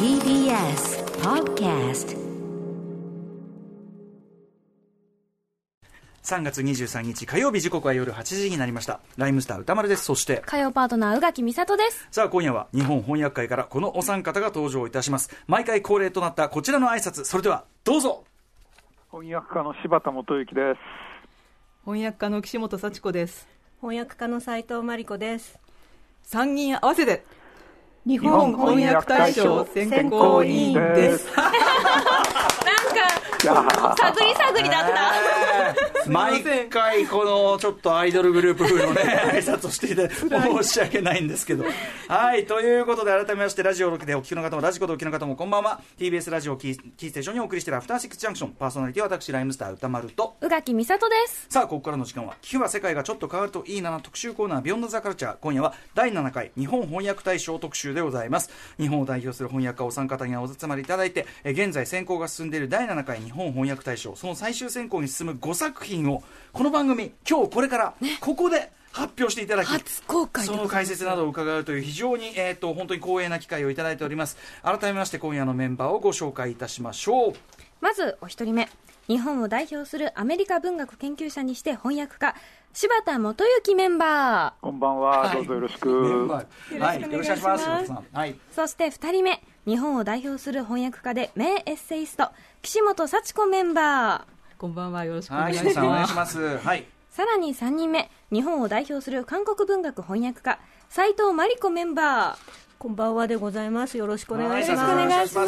TBS Podcast 3月23日火曜日、時刻は夜8時になりました。ライムスター歌丸です。そして火曜パートナー宇垣美里です。 さあ今夜は日本翻訳会からこのお三方が登場いたします。毎回恒例となったこちらの挨拶、それではどうぞ。 翻訳家の柴田元幸です。 翻訳家の岸本幸子です。 翻訳家の斉藤真理子です。 3人合わせて日本翻訳大賞選考委員です。 なんか探り探りだった。 毎回このちょっとアイドルグループ風のね挨拶をしていて申し訳ないんですけどはい、ということで改めまして、ラジオでお聞きの方もラジコでお聞きの方もこんばんは。 TBS ラジオキーステーションにお送りしているアフターシックスジャンクション、パーソナリティは私ライムスター歌丸と宇垣美里です。 さあここからの時間は聞けば世界がちょっと変わるといいな特集コーナー、ビヨンドザカルチャー。今夜は第7回日本翻訳大賞特集でございます。日本を代表する翻訳家お三方にお集まりいただいて、現在選考が進んでいる第7回日本翻訳大賞、その最終選考に進む5作品をこの番組今日これからここで発表していただき、 初公開その解説などを伺うという非常に、本当に光栄な機会をいただいております。改めまして今夜のメンバーをご紹介いたしましょう。 まずお一人目、日本を代表するアメリカ文学研究者にして翻訳家柴田元幸メンバー。 こんばんは、どうぞよろしく。 はい、よろしくお願いします。柴田さん、はい。 そして二人目、日本を代表する翻訳家で名エッセイスト岸本幸子メンバー。 こんばんは、よろしくお願いしはい、お願ます。 いします。はい。 さらに3人目、日本を代表する韓国文学翻訳家斉藤真理子メンバー。 こんばんはでございます。よろしくお願いします。 はい、 よろしくお願いします。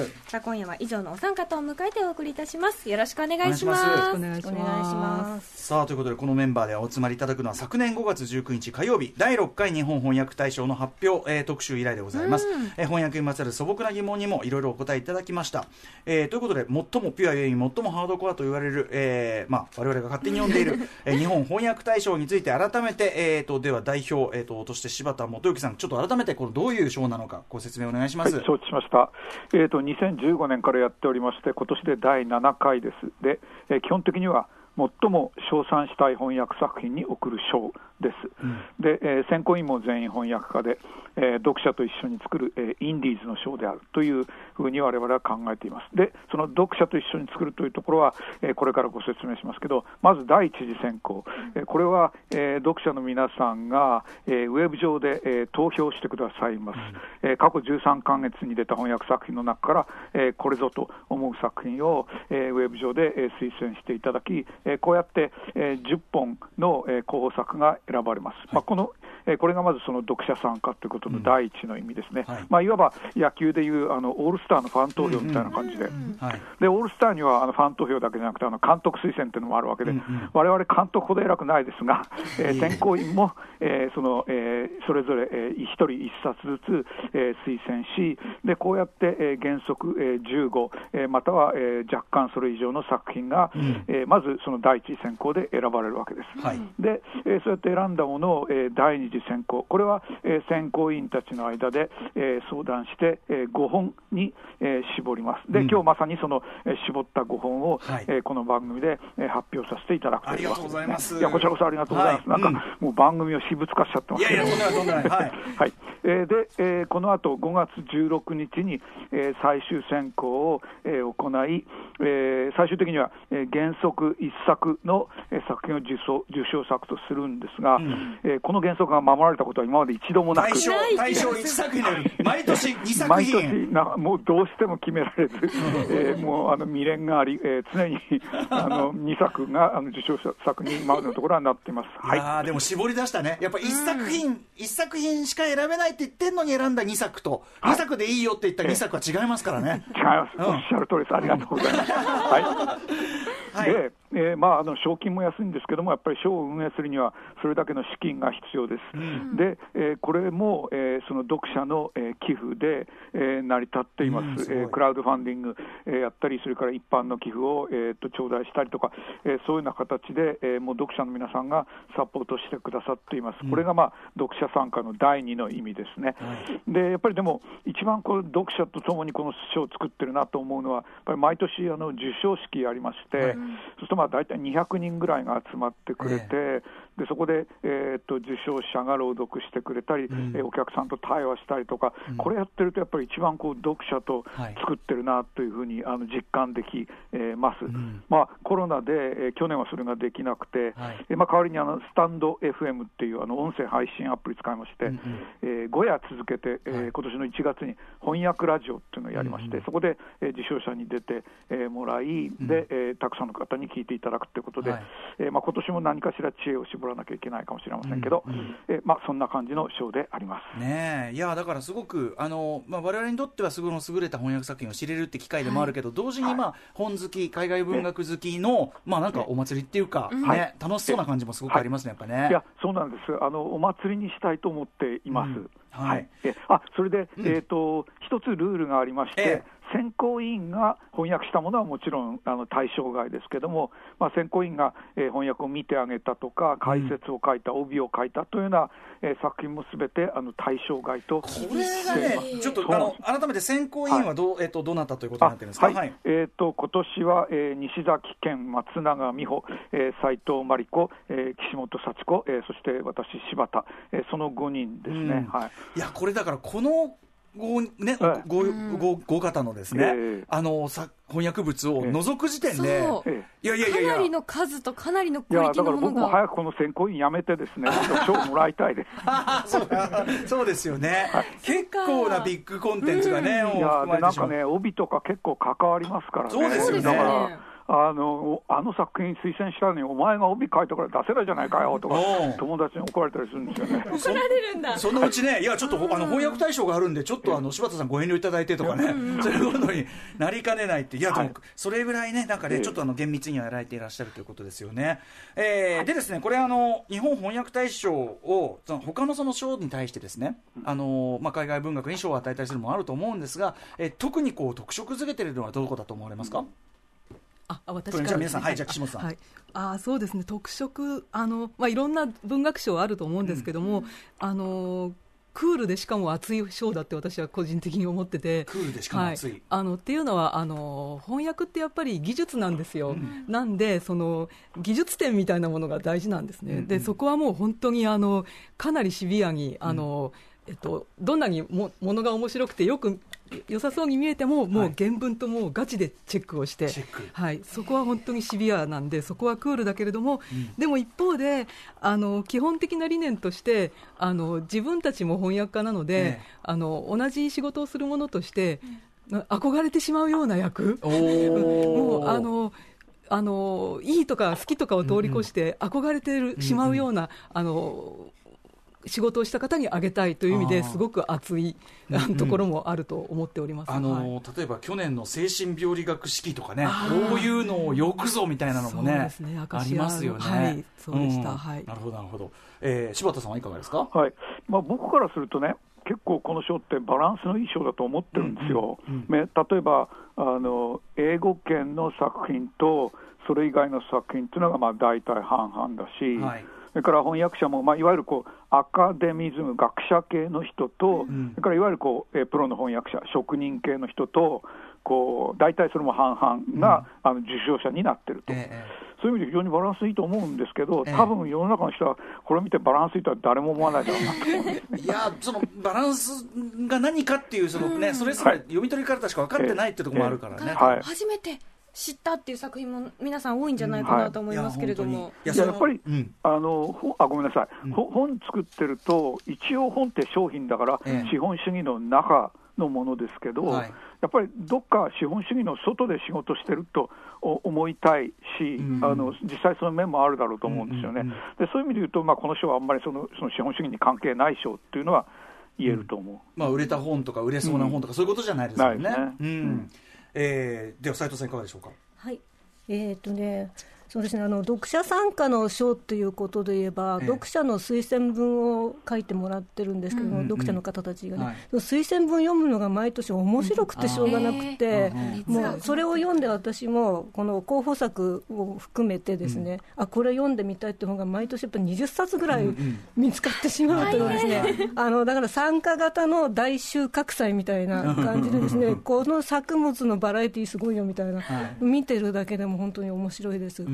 お願いしさあ今夜は以上のお三方を迎えてお送りいたします。よろしくお願いしおます。 願いしお願いしお願いしま。 ますす。 さあということで、このメンバーでお集まりいただくのは昨年5月19日火曜日第6回日本翻訳大賞の発表、特集以来でございます。翻訳にまつわる素朴な疑問にもいろいろお答えいただきました。ということで、最もピュアゆえに最もハードコアと言われる、我々が勝手に呼んでいる、日本翻訳大賞について改めて、では代表、として柴田元幸さん、ちょっと改めてこのどういう賞なのかご説明お願いします。 はい、承知しました。2015年からやっておりまして、今年で第7回です。で、基本的には最も称賛したい翻訳作品に贈る賞です。で、選考委員も全員翻訳家で、読者と一緒に作る、インディーズの賞であるというふうに我々は考えています。で、その読者と一緒に作るというところは、これからご説明しますけど、まず第一次選考、これは、読者の皆さんが、ウェブ上で、投票してくださいます。過去13ヶ月に出た翻訳作品の中から、これぞと思う作品を、ウェブ上で、推薦していただき、こうやって、10本の、候補作が選ばれます。これがまずその読者参加ということの第一の意味ですね。いわば野球でいうオールスターのファン投票みたいな感じで、でオールスターにはファン投票だけじゃなくて監督推薦というのもあるわけで、我々監督ほど偉くないですが、選考委員も、それぞれ、一人一冊ずつ、推薦し、でこうやって、原則、15、または、若干それ以上の作品が、まずその第一次選考で選ばれるわけです。で、そうやって選んだものを、第二次選考、これは、選考委員たちの間で、相談して、5本に、絞ります。で、今日まさにその、絞った5本を、この番組で、発表させていただくというわけですね。いや、こちらこそありがとうございます。なんかもう番組を私物化しちゃってますけど。 いやいや、とんでもない。 はい。で、この後5月16日に、最終選考を、行い、最終的には、原則1作の、作品を受賞作とするんですが、この原則が守られたことは今まで一度もなく、 大賞1作品より毎年2作品もうどうしても決められず、もう未練があり、常に2作が受賞作に今までのところはなっています。 でも絞り出したね。やっぱ1作品しか選べないって言ってんのに選んだ2作と、2作でいいよって言った2作は違いますからね。 違います、おっしゃる通りです。ありがとうございます。で、賞金も安いんですけども、やっぱり賞を運営するにはそれだけの資金が必要です。で、これも、その読者の、寄付で、成り立っています。クラウドファンディング、やったり、それから一般の寄付を、頂戴したりとか、そういうような形で、もう読者の皆さんがサポートしてくださっています。これが、読者参加の第二の意味ですね。で、やっぱりでも一番読者とともにこの賞を作ってるなと思うのは、やっぱり毎年授賞式ありまして、そうすると大体200人ぐらいが集まってくれて、 でそこで、受賞者が朗読してくれたり、お客さんと対話したりとか、これやってるとやっぱり一番こう読者と作ってるなというふうに実感できます。コロナで、去年はそれができなくて、代わりにスタンド FM っていう音声配信アプリ使いまして、5夜続けて、今年の1月に翻訳ラジオっていうのをやりまして、そこで、受賞者に出て、もらいで、たくさんの方に聞いていただくということで、今年も何かしら知恵を絞らなきゃいけないかもしれませんけど、そんな感じの賞でありますね。いやだからすごく我々にとってはすごい優れた翻訳作品を知れるって機会でもあるけど、同時に本好き海外文学好きのなんかお祭りっていうか、楽しそうな感じもすごくありますね、やっぱね。 いやそうなんです。お祭りにしたいと思っています。それで、一つルールがありまして、選考委員が翻訳したものはもちろん対象外ですけども、選考委員が、翻訳を見てあげたとか解説を書いた、帯を書いたというような、作品もすべて対象外としています。 これがね、ちょっと改めて選考委員はどなたということになってるんですか。 今年は、西崎健、松永美穂、斉藤真理子、岸本幸子、そして私柴田、その5人ですね。 いやこれだからこのご方のですね、翻訳物を除く時点で、 かなりの数とかなりのクオリティのものが。 だから僕も早くこの選考委員やめてですね、賞をもらいたいです。 そうですよね。結構なビッグコンテンツがね、 なんかね、帯とか結構関わりますからね。 そうですよね。 だからあの作品推薦したのにお前が帯書いたから出せないじゃないかよとか友達に怒られたりするんですよね。 怒られるんだ。 そのうちね、いやちょっと翻訳対象があるんでちょっと柴田さんご遠慮いただいてとかね、そういうことになりかねないって。いやでもそれぐらいね、なんかねちょっと厳密にはやられていらっしゃるということですよね。でですね、これ日本翻訳大賞を他のその賞に対してですね、海外文学に賞を与えたりするのもあると思うんですが、特にこう特色づけてるのはどこだと思われますか。 私から、 じゃあ皆さん、じゃあ岸本さん。 そうですね、特色いろんな文学賞あると思うんですけども、クールでしかも熱い賞だって私は個人的に思ってて、 クールでしかも熱い、 っていうのは翻訳ってやっぱり技術なんですよ、なんでその技術点みたいなものが大事なんですね、でそこはもう本当にかなりシビアにどんなにものが面白くて良さそうに見えても、もう原文ともうガチでチェックをして、そこは本当にシビアなんで、そこはクールだけれども、でも一方で基本的な理念として自分たちも翻訳家なので、同じ仕事をする者として憧れてしまうような役、もういいとか好きとかを通り越して憧れてしまうような仕事をした方にあげたいという意味ですごく熱いところもあると思っております。 例えば去年の精神病理学式とかね、こういうのをよくぞみたいなのもね、ありますよね。 そうでした。 なるほどなるほど。柴田さんはいかがですか。 僕からするとね、結構この賞ってバランスのいい賞だと思ってるんですよ。例えば英語圏の作品とそれ以外の作品というのが大体半々だし、それから翻訳者も、いわゆるアカデミズム、学者系の人と、それからいわゆるプロの翻訳者、職人系の人と、大体それも半々が、受賞者になってると、そういう意味で非常にバランスいいと思うんですけど、多分世の中の人はこれを見てバランスいいとは誰も思わないだろうなと思うんですね。 いや、そのバランスが何かっていうそれぞれ読み取り方しか分かってないってところもあるからね。 初めて知ったっていう作品も皆さん多いんじゃないかなと思いますけれども、 やっぱり、ごめんなさい、本作ってると一応本って商品だから、資本主義の中のものですけど、やっぱりどっか資本主義の外で仕事してると思いたいし、実際その面もあるだろうと思うんですよね。でそういう意味で言うと、この賞はあんまりその資本主義に関係ない賞っていうのは言えると思う。 売れた本とか売れそうな本とか、そういうことじゃないですよね。では斉藤さんいかがでしょうか。 そうですね、読者参加の賞ということで言えば、読者の推薦文を書いてもらってるんですけども、読者の方たちがね、推薦文読むのが毎年面白くてしょうがなくて、もうそれを読んで私もこの候補作を含めてですね、これ読んでみたいって本が毎年やっぱり20冊ぐらい見つかってしまうというですね、だから参加型の大収穫祭みたいな感じでですね、この作物のバラエティーすごいよみたいな、見てるだけでも本当に面白いです。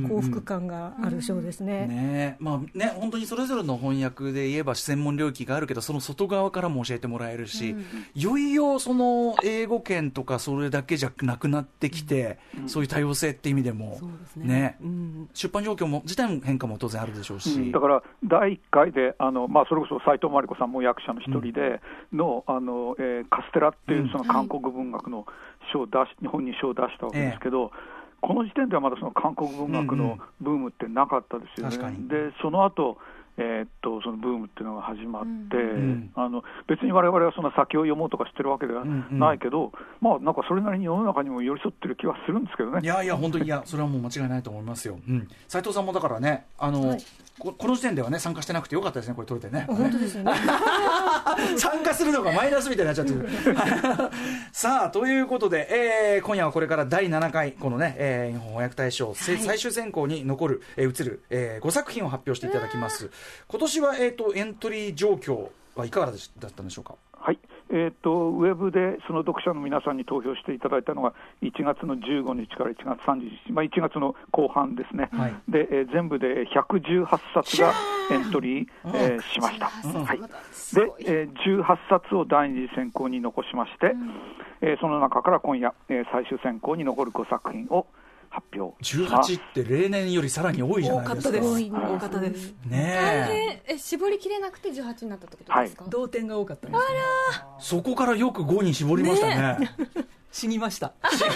幸福感がある賞ですね。 本当にそれぞれの翻訳で言えば専門領域があるけど、その外側からも教えてもらえるし、いよいよその英語圏とかそれだけじゃなくなってきて、そういう多様性って意味でも、出版状況も自体の変化も当然あるでしょうし、 だから第1回でそれこそ斉藤真理子さんも役者の一人での、カステラっていうその韓国文学の賞を日本に賞を出したわけですけど、この時点ではまだその韓国文学のブームってなかったですよね。でその後そのブームっていうのが始まって、別に我々はその先を読もうとかしてるわけではないけど、なんかそれなりに世の中にも寄り添ってる気はするんですけどね。 いや本当にそれはもう間違いないと思いますよ。斉藤さんもだからね、この時点ではね参加してなくてよかったですね、これ取れてね。 本当ですよね参加するのがマイナスみたいになっちゃってるさあということで、今夜はこれから第7回このね、日本翻訳大賞、最終選考に残る、移る、5作品を発表していただきます。今年は、エントリー状況はいかがだったんでしょうか。 はい、ウェブでその読者の皆さんに投票していただいたのが1月の15日から1月30日、1月の後半ですね、で全部で118冊がエントリー、しました。で、18冊を第二次選考に残しまして、その中から今夜、最終選考に残る5作品を発表。 18って例年よりさらに多いじゃないですか。 多かったですね。絞りきれなくて18になったってことですか。 同点が多かったです。 そこからよく5に絞りましたね。 死にました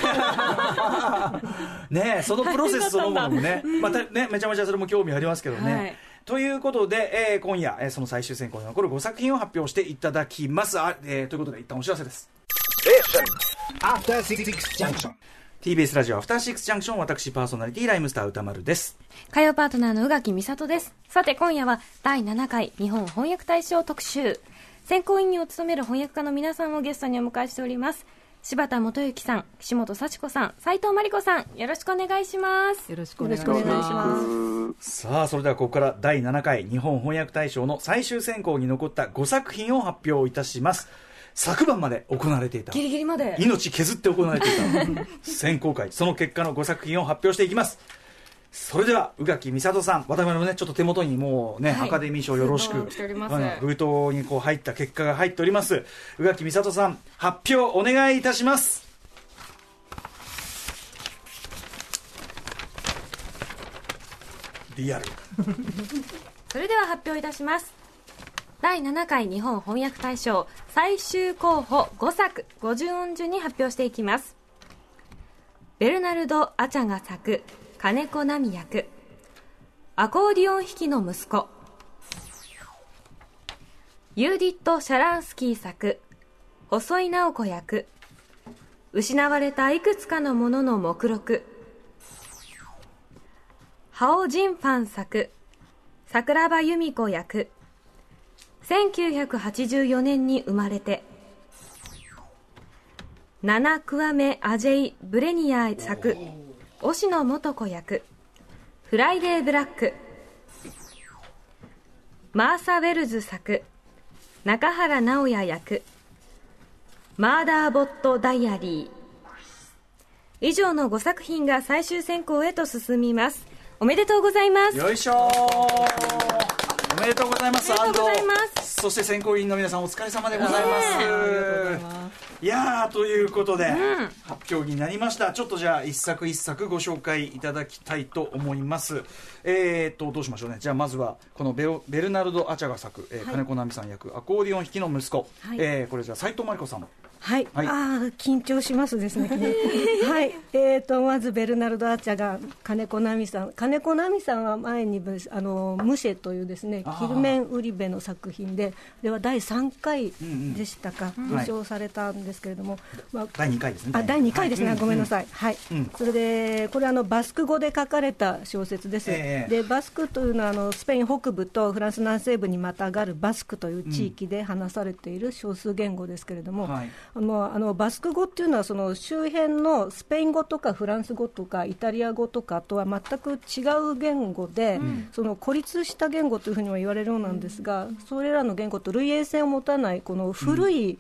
ね。そのプロセスそのものもね、めちゃめちゃそれも興味ありますけどね。ということで、今夜、その最終選考に残る5作品を発表していただきます。ということで一旦お知らせです。TBS ラジオアフターシックスジャンクション、私パーソナリティライムスター歌丸です。 火曜パートナーの宇垣美里です。さて今夜は第7回日本翻訳大賞特集、選考委員を務める翻訳家の皆さんをゲストにお迎えしております。柴田元幸さん、岸本幸子さん、斉藤真理子さん、よろしくお願いします。 よろしくお願いします。 さあそれではここから第7回日本翻訳大賞の最終選考に残った5作品を発表いたします。昨晩まで行われていた、 ギリギリまで命削って行われていた選考会、その結果の5作品を発表していきます。それでは宇垣美里さん、我々もねちょっと手元にもうね、アカデミー賞よろしく封筒にこう入った結果が入っております。宇垣美里さん、発表お願いいたします。リアルそれでは発表いたします。第7回日本翻訳大賞最終候補5作50音順に発表していきます。ベルナルド・アチャが作金子奈美役、アコーディオン弾きの息子。ユーディット・シャランスキー作細井直子役、失われたいくつかのものの目録。ハオ・ジンファン作桜庭由美子役、1984年に生まれて。ナナ・クワメ・アジェイ・ブレニア作押野素子役、フライデー・ブラック。マーサ・ウェルズ作中原直也役、マーダーボット・ダイアリー。以上の5作品が最終選考へと進みます。おめでとうございます。 よいしょー、おめでとうございます。 ありがとうございます。 そして選考委員の皆さんお疲れ様でございます。 ありがとうございます。 いやー、ということで、発表になりました。ちょっとじゃあ一作一作ご紹介いただきたいと思います。どうしましょうね。じゃあまずはこのベルナルド・アチャが作、金子奈美さん役アコーディオン弾きの息子、これじゃあ斉藤真理子さん。 はい、緊張しますですねはい、まずベルナルド・アチャが金子奈美さん。金子奈美さんは前にムシェというですね、キルメン・ウリベの作品では第3回でしたか、受賞されたんですけれども、 第2回ですね。 第2回ですね、ごめんなさい。はい、それでこれバスク語で書かれた小説です。でバスクというのはスペイン北部とフランス南西部にまたがるバスクという地域で話されている少数言語ですけれども、バスク語っていうのはその周辺のスペイン語とかフランス語とかイタリア語とかとは全く違う言語で、その孤立した言語というふうには言われるようなんですが、それらの言語と類似性を持たないこの古い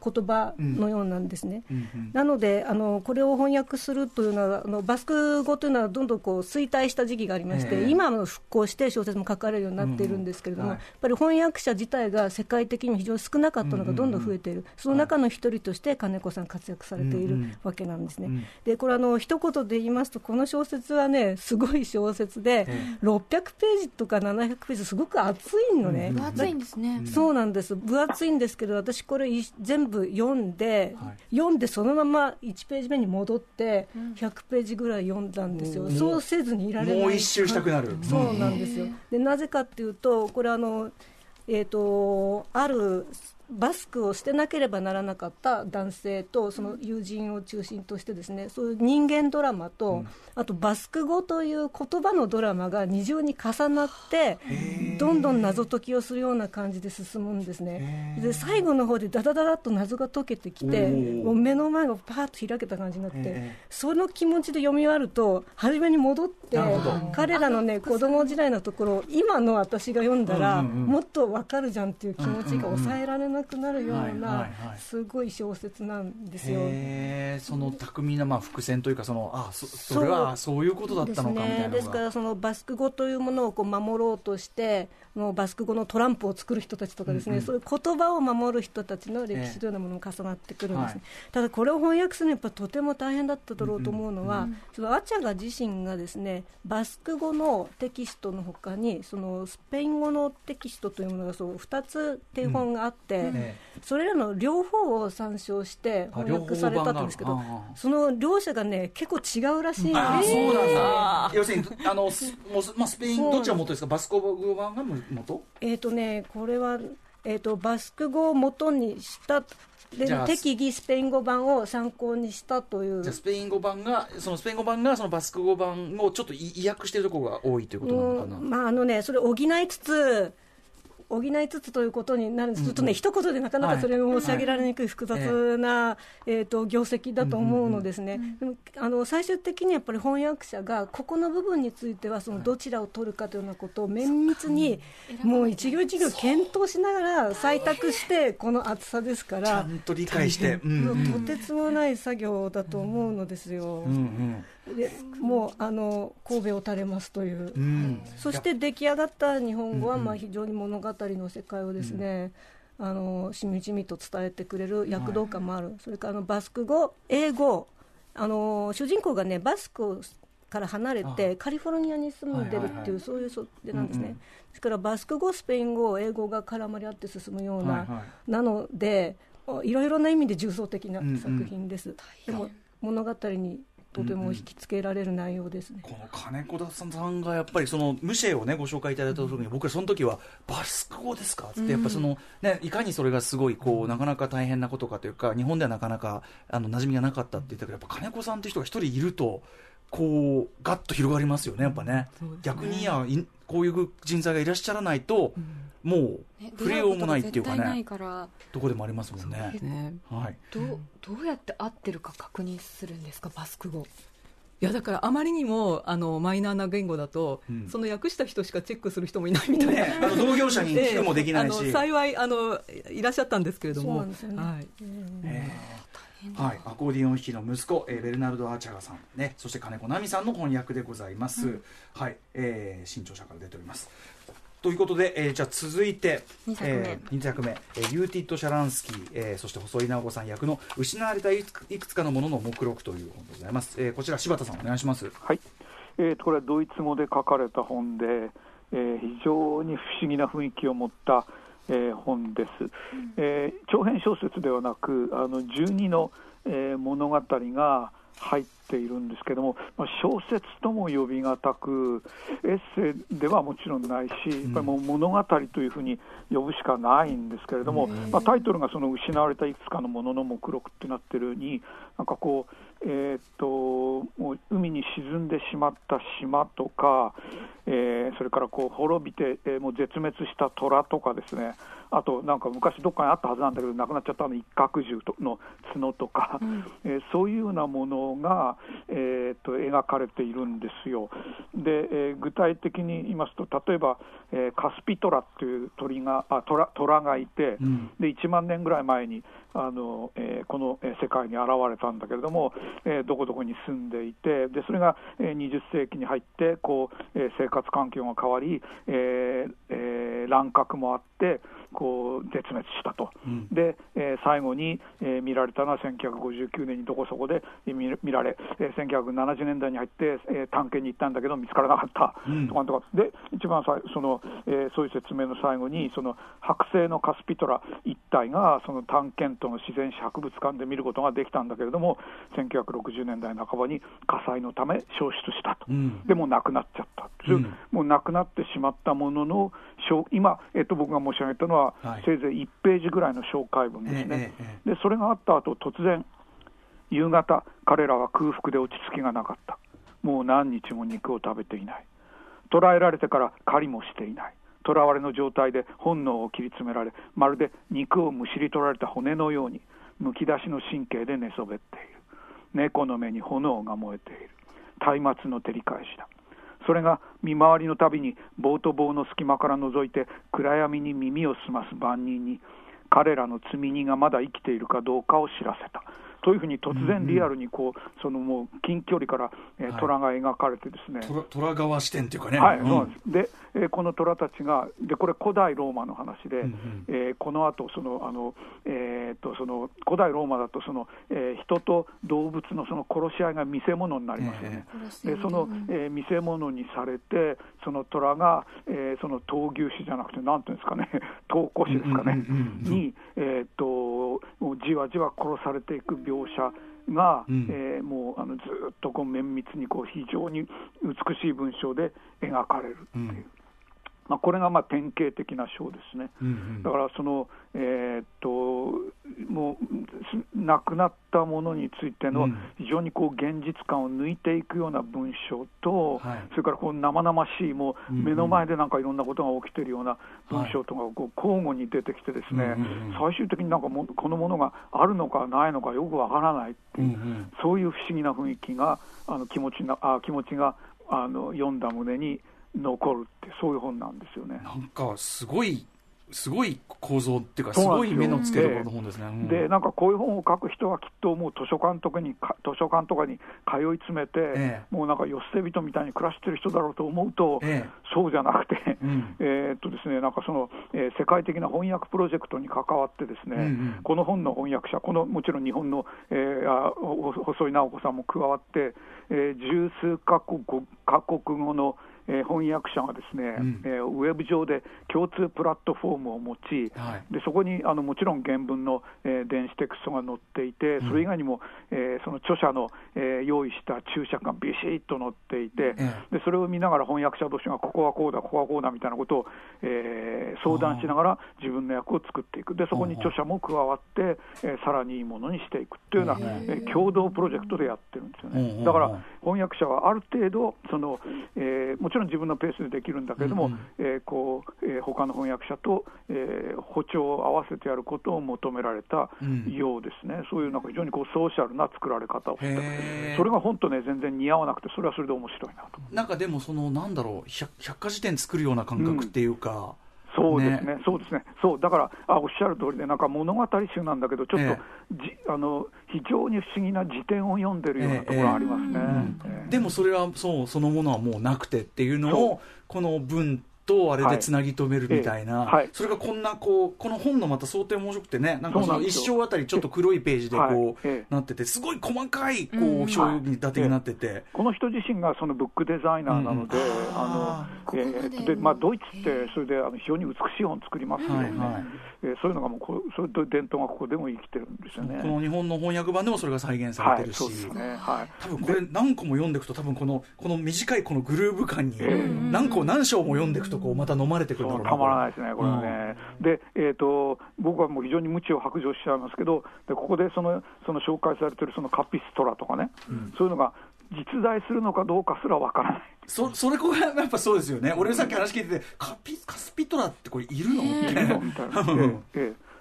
言葉のようなんですね。なのでこれを翻訳するというのはバスク語というのはどんどんこう衰退した時期がありまして、今は復興して小説も書かれるようになっているんですけれども、やっぱり翻訳者自体が世界的に非常に少なかったのがどんどん増えている、その中の一人として金子さん活躍されているわけなんですね。でこれ一言で言いますと、この小説はねすごい小説で、600ページとか700ページすごく厚いのね。 分厚いんですね。 そうなんです、分厚いんですけど、私これ全部読んでそのまま1ページ目に戻って100ページぐらい読んだんですよ。そうせずにいられない。 もう一周したくなる。 そうなんですよ。でなぜかっていうと、これあるバスクをしてなければならなかった男性とその友人を中心としてですね、そういう人間ドラマと、あとバスク語という言葉のドラマが二重に重なってどんどん謎解きをするような感じで進むんですね。で最後の方でダダダダッと謎が解けてきて、もう目の前がパーッと開けた感じになって、その気持ちで読み終わると初めに戻って、彼らのね子供時代のところを今の私が読んだらもっと分かるじゃんっていう気持ちが抑えられなくなるようなすごい小説なんですよ。 その巧みな伏線というか、それはそういうことだったのかみたいなのがですからそのバスク語というものをこう守ろうとしてバスク語のトランプを作る人たちとかですね、そういう言葉を守る人たちの歴史というようなものも重なってくるんですね。ただこれを翻訳するのはやっぱとても大変だっただろうと思うのは、そのアチャガ自身がですねバスク語のテキストの他にそのスペイン語のテキストというものが2つ手本があって、それらの両方を参照して翻訳されたんですけど、その両者がね結構違うらしいんです。 そうなんだ。要するにスペインどっちが元ですか？バスク語版が元？ これはバスク語を元にしたで適宜スペイン語版を参考にしたという。 じゃあスペイン語版がそのバスク語版をちょっと意訳しているところが多いということなのかな。 それ補いつつということになるんです。ちょっとね一言でなかなかそれを申し上げられにくい複雑な業績だと思うのですね。最終的にやっぱり翻訳者がここの部分についてはそのどちらを取るかというようなことを綿密にもう一行一行検討しながら採択して、この厚さですからちゃんと理解してとてつもない作業だと思うのですよ。でもう神戸を垂れますという、そして出来上がった日本語は非常に物語の世界をですね、しみじみと伝えてくれる躍動感もある。それからバスク語、英語、主人公がねバスクから離れてカリフォルニアに住んでるっていう、そういう設定なんですね。ですからバスク語、スペイン語、英語が絡まり合って進むような、なのでいろいろな意味で重層的な作品です。でも物語にとても引きつけられる内容ですね。 この金子田さんがやっぱりそのムシェをねご紹介いただいた時に、僕はその時はバスク語ですかってやっぱその、いかにそれがすごいなかなか大変なことかというか、日本ではなかなか馴染みがなかったって言ったけど、やっぱ金子さんって人が一人いるとガッと広がりますよね、やっぱね。逆にこういう人材がいらっしゃらないと、もう触れようもないっていうかね、どこでもありますもんね。 どうやって合ってるか確認するんですか、バスク語。 いやだからあまりにもマイナーな言語だと、その訳した人しかチェックする人もいないみたいな、 同業者に聞くもできないし、 幸いいらっしゃったんですけれども。 そうなんですよね。 アコーディオン弾きの息子、ベルナルド・アーチャガさん、そして金子奈美さんの翻訳でございます。新潮社から出ております。ということで、じゃあ続いて2作目、ユーティット・シャランスキー、そして細井直子さん役の失われたいくつかのものの目録という本でございます。こちら柴田さんお願いします。 はい、これはドイツ語で書かれた本で、非常に不思議な雰囲気を持った本です。長編小説ではなく12の、物語が入っているんですけども、小説とも呼びがたくエッセイではもちろんないし、やっぱりもう物語というふうに呼ぶしかないんですけれども、タイトルがその失われたいくつかのものの目録ってなってるように、なんかこうもう海に沈んでしまった島とか、それからこう滅びて、もう絶滅した虎とかですね、あとなんか昔どっかにあったはずなんだけどなくなっちゃった一角獣の角とか、そういうようなものがが、描かれているんですよ。で、具体的に言いますと、例えば、カスピトラっていう鳥がいて、で1万年ぐらい前にこの世界に現れたんだけれども、どこどこに住んでいて、でそれが20世紀に入ってこう、生活環境が変わり、乱獲もあってこう絶滅したと、で最後に見られたのは1959年にどこそこで見られ、1970年代に入って探検に行ったんだけど見つからなかった、とかで一番そういう説明の最後にその剥製のカスピトラ一体がその探検との自然史博物館で見ることができたんだけれども、1960年代半ばに火災のため消失したと、でもうなくなっちゃった、もうなくなってしまったものの今、僕が申し上げたのは、せいぜい1ページぐらいの紹介文ですね、でそれがあった後突然夕方彼らは空腹で落ち着きがなかった。もう何日も肉を食べていない。捕らえられてから狩りもしていない。囚われの状態で本能を切り詰められ、まるで肉をむしり取られた骨のようにむき出しの神経で寝そべっている。猫の目に炎が燃えている。松明の照り返しだ。それが見回りのたびに棒と棒の隙間から覗いて暗闇に耳を澄ます番人に彼らの積み荷がまだ生きているかどうかを知らせたというふうに突然リアルにこう、そのもう近距離から、虎が描かれてですね、 虎側視点というかね、 で、この虎たちがでこれ古代ローマの話で、この後その古代ローマだとその、人と動物のその殺し合いが見せ物になりますよね、でその、見せ物にされてその虎が、その闘牛士じゃなくてなんていうんですかね闘虎士ですかね、に、じわじわ殺されていく描写が、もうずっとこう綿密にこう非常に美しい文章で描かれるっていう、これが典型的な章ですね、だからその、もう亡くなったものについての非常にこう現実感を抜いていくような文章と、それからこう生々しいもう目の前でなんかいろんなことが起きているような文章とかこう交互に出てきてですね、最終的になんかこのものがあるのかないのかよくわからないっていう、そういう不思議な雰囲気が気持ちが読んだ胸に残るってそういう本なんですよね。 なんかすごい構造っていうかすごい目の付けどころの本ですね。 でなんかこういう本を書く人はきっともう図書館とかに通い詰めて、もうなんか寄せ人みたいに暮らしてる人だろうと思うと、そうじゃなくて、ですね、なんかその、世界的な翻訳プロジェクトに関わってですね、この本の翻訳者もちろん日本の、細井直子さんも加わって、十数カ国語の翻訳者がですね、ウェブ上で共通プラットフォームを持ち、でそこにもちろん原文の、電子テクストが載っていて、それ以外にも、その著者の、用意した注釈がビシッと載っていて、でそれを見ながら翻訳者同士がここはこうだここはこうだみたいなことを、相談しながら自分の訳を作っていく。でそこに著者も加わって、さらにいいものにしていくというような、共同プロジェクトでやってるんですよね。だから翻訳者はある程度その、もちろん自分のペースでできるんだけれども、他の翻訳者と、歩調を合わせてやることを求められたようですね、そういうなんか非常にこうソーシャルな作られ方をした。それが本当ね全然似合わなくて、それはそれで面白いなと。 なんかでもそのなんだろう、百科事典作るような感覚っていうか、 そうですね、そうですね、そうだからおっしゃる通りで、なんか物語集なんだけどちょっと、非常に不思議な辞典を読んでるようなところがありますね。 でもそれはそのものはもうなくてっていうのをこの文とあれでつなぎ止めるみたいな、それがこんなこの本のまた想定面白くてね、なんかその一章あたりちょっと黒いページでこうなってて、すごい細かいこう表現立てになってて、 この人自身がそのブックデザイナーなので、ドイツってそれで非常に美しい本作りますよね。そういうのがもうそういう伝統がここでも生きてるんですよね。 この日本の翻訳版でもそれが再現されてるし、多分これ何個も読んでいくと、多分この短いこのグルーヴ感に何章も読んでいくとこうまた飲まれてくるんだろうな。 たまらないですねこれはね。で、僕はもう非常に無知を白状しちゃいますけど、でここでその紹介されてるそのカピストラとかね、そういうのが実在するのかどうかすらわからない。 それこがやっぱそうですよね。俺さっき話聞いてて、カスピトラってこれいるのみたいな。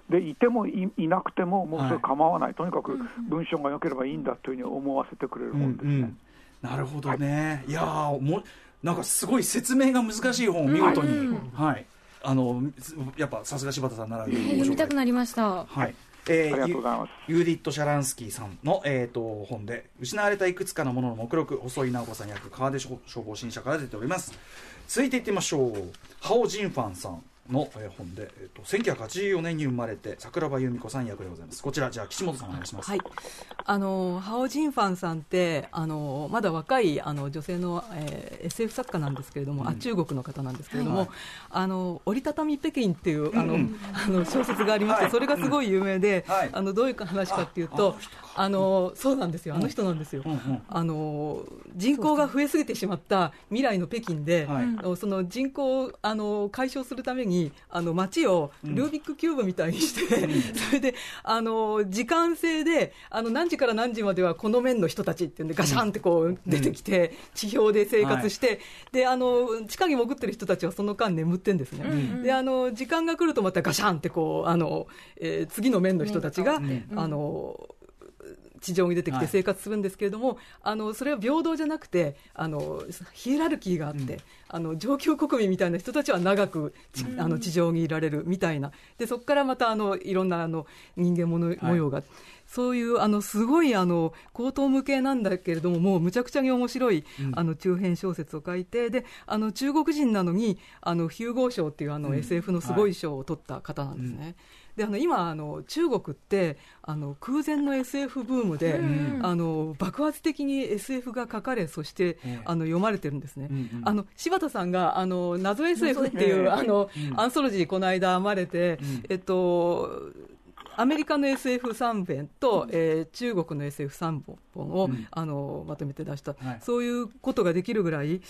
でいても いなくてももうそれ構わない、とにかく文章が良ければいいんだというふうに思わせてくれる本ですね。 なるほどね、いやもうなんかすごい説明が難しい本を見事に、やっぱさすが柴田さんなら読みたくなりました。 ありがとうございます。 ユーディット・シャランスキーさんの、本で失われたいくつかのものの目録、細井直子さん役川出消防新社から出ております。続いていってみましょう。ハオ・ジンファンさんの、本で、1984年に生まれて桜庭由美子さん役でございます。こちらじゃあ岸本さんお願いします。 はい、ハオ・ジンファンさんってまだ若い女性の、SF 作家なんですけれども、中国の方なんですけれども、折りたたみ北京っていう小説がありまして、それがすごい有名で、どういう話かっていうと、そうなんですよ、人なんですよ、人口が増えすぎてしまった未来の北京で、その人口を解消するために街をルービックキューブみたいにして、それで時間制で何時から何時まではこの面の人たちっていうんでガシャンってこう出てきて、地表で生活して、で地下に潜ってる人たちはその間眠ってんですね、で時間が来るとまたガシャンってこう次の面の人たちが、地上に出てきて生活するんですけれども、それは平等じゃなくてヒエラルキーがあって、上級国民みたいな人たちは長く地上にいられるみたいな、でそこからまたいろんな人間模様が、そういうすごい高等無形なんだけれども、もうむちゃくちゃに面白い中編小説を書いて、で中国人なのにヒューゴー賞っていうSF のすごい賞を取った方なんですね。で今中国って空前の SF ブームで、爆発的に SF が書かれ、そして読まれてるんですね。柴田さんが謎 SF っていうアンソロジーこの間編まれて、アメリカの SF3 編と、中国の SF3 本を、まとめて出した、そういうことができるぐらい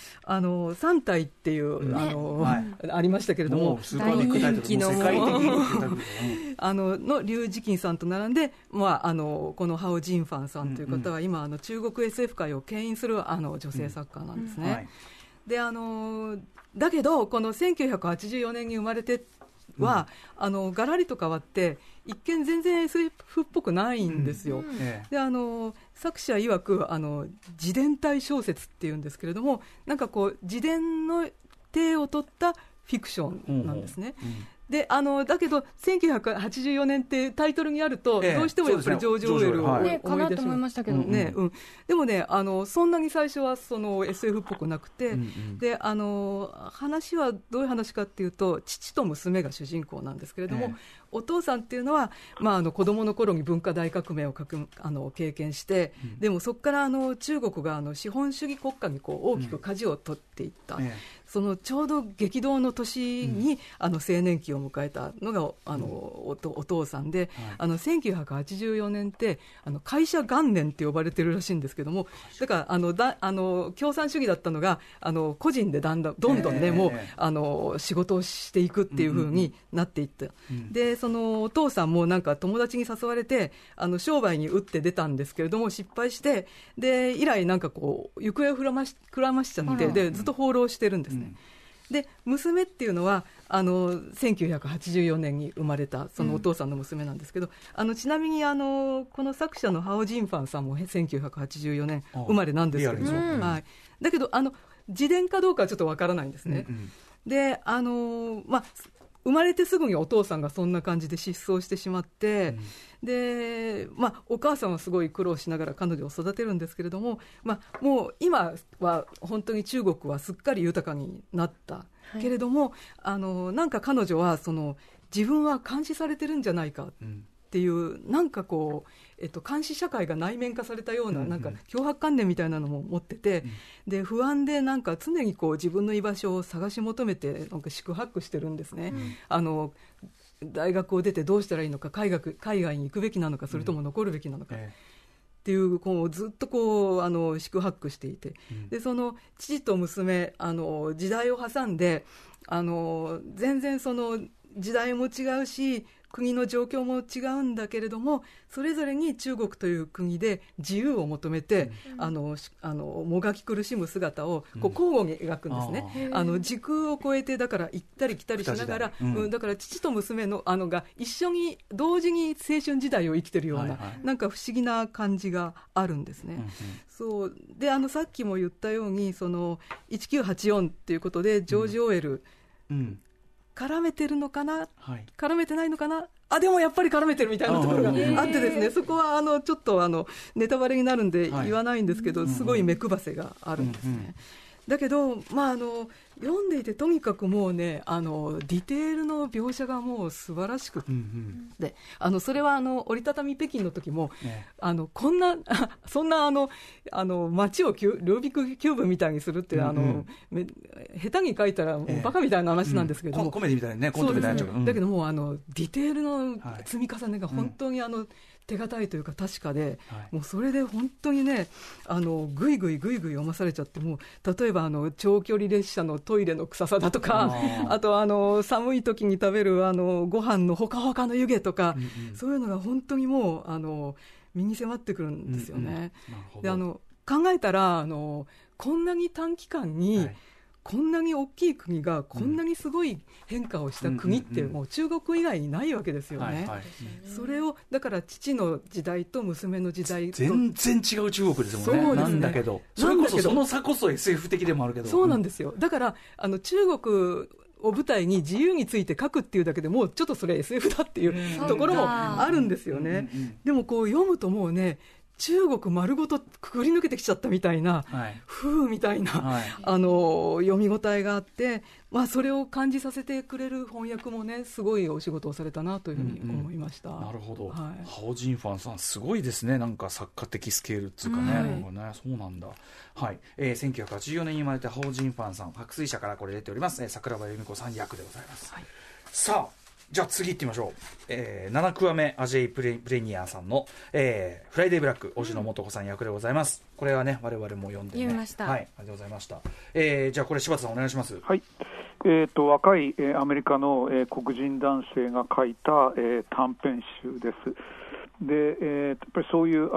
3体っていう、ありましたけれども、 大人気ののリュウ・ジキンさんと並んで、このハオ・ジンファンさんという方は今中国 SF 界を牽引する女性作家なんですね。でだけどこの1984年に生まれては、ガラリと変わって一見全然 SF っぽくないんですよ。で作者曰く自伝体小説っていうんですけれども、なんかこう自伝の体を取ったフィクションなんですね。でだけど1984年ってタイトルにあると、どうしてもやっぱりジョージ・オーウェルを思い出しかなと思いましたけどね、 でもねそんなに最初はSF っぽくなくて、で話はどういう話かっていうと、父と娘が主人公なんですけれども、お父さんっていうのは、子供の頃に文化大革命を経験して、でもそこから中国が資本主義国家にこう大きく舵を取っていった、そのちょうど激動の年に青年期を迎えたのがお父さんで、1984年って会社元年って呼ばれてるらしいんですけども、だから共産主義だったのが個人でどんどんね、もう仕事をしていくっていう風になっていった、でそのお父さんもなんか友達に誘われて商売に打って出たんですけれども失敗して、で以来なんかこう行方をくらましちゃって、でずっと放浪してるんですね。で娘っていうのは1984年に生まれたそのお父さんの娘なんですけど、ちなみにこの作者のハオ・ジンファンさんも1984年生まれなんですけれども、だけど自伝かどうかはちょっとわからないんですね。で生まれてすぐにお父さんがそんな感じで失踪してしまって、でお母さんはすごい苦労しながら彼女を育てるんですけれども、もう今は本当に中国はすっかり豊かになった、けれどもなんか彼女は自分は監視されてるんじゃないかっていう、なんかこう、監視社会が内面化されたような、なんか脅迫観念みたいなのも持ってて、で不安でなんか常にこう自分の居場所を探し求めてなんか四苦八苦してるんですね。大学を出てどうしたらいいのか、海外に行くべきなのか、それとも残るべきなのか、っていうずっとこう四苦八苦していて、でその父と娘時代を挟んで全然その時代も違うし国の状況も違うんだけれども、それぞれに中国という国で自由を求めて、もがき苦しむ姿をこう交互に描くんですね、時空を超えて、だから行ったり来たりしながら、だから父と娘のが一緒に同時に青春時代を生きてるような、なんか不思議な感じがあるんですね、そうでさっきも言ったようにその1984っていうことでジョージ・オーエル、絡めてるのかな、絡めてないのかな、でもやっぱり絡めてるみたいなところがあってですね、そこはちょっとネタバレになるんで言わないんですけど、すごい目配せがあるんですね。だけど、読んでいてとにかくもうね、ディテールの描写がもう素晴らしくて、それは折りたたみ北京の時も、こんなそんな街をルービックキューブみたいにするって下手に書いたらもうバカみたいな話なんですけども、 コメディみたいにね、コントみたいになっちゃう、 だけどもディテールの積み重ねが本当に手堅いというか確かで、もうそれで本当にね、ぐいぐい読まされちゃって、もう例えば長距離列車のトイレの臭さだとか、あと寒い時に食べるご飯のほかほかの湯気とか、そういうのが本当にもう身に迫ってくるんですよね。で考えたらこんなに短期間に、こんなに大きい国がこんなにすごい変化をした国ってもう中国以外にないわけですよね。それをだから父の時代と娘の時代と全然違う中国ですもんね。そうですね。なんだけどそれこそその差こそ SF 的でもあるけど、 そうなんですよ。だから中国を舞台に自由について書くっていうだけでもうちょっとそれ SF だっていうところもあるんですよね。でもこう読むともうね、中国丸ごとくぐり抜けてきちゃったみたいな、風みたいな、読み応えがあって、それを感じさせてくれる翻訳もね、すごいお仕事をされたなというふうに思いました。 なるほど、ハオジンファンさんすごいですね。なんか作家的スケールっていうかね、そうなんだ。1984年に生まれたハオジンファンさん、白水社からこれ出ております、桜庭由美子さん役でございます。さあじゃあ次行ってみましょう。7区話目アジェイ・プレニアーさんの、フライデーブラック、押野素子さん役でございます。これはね我々も読んでね、 読みました。 ありがとうございました。じゃあこれ柴田さんお願いします。 若い、アメリカの、黒人男性が書いた、短編集です。で、やっぱりそういう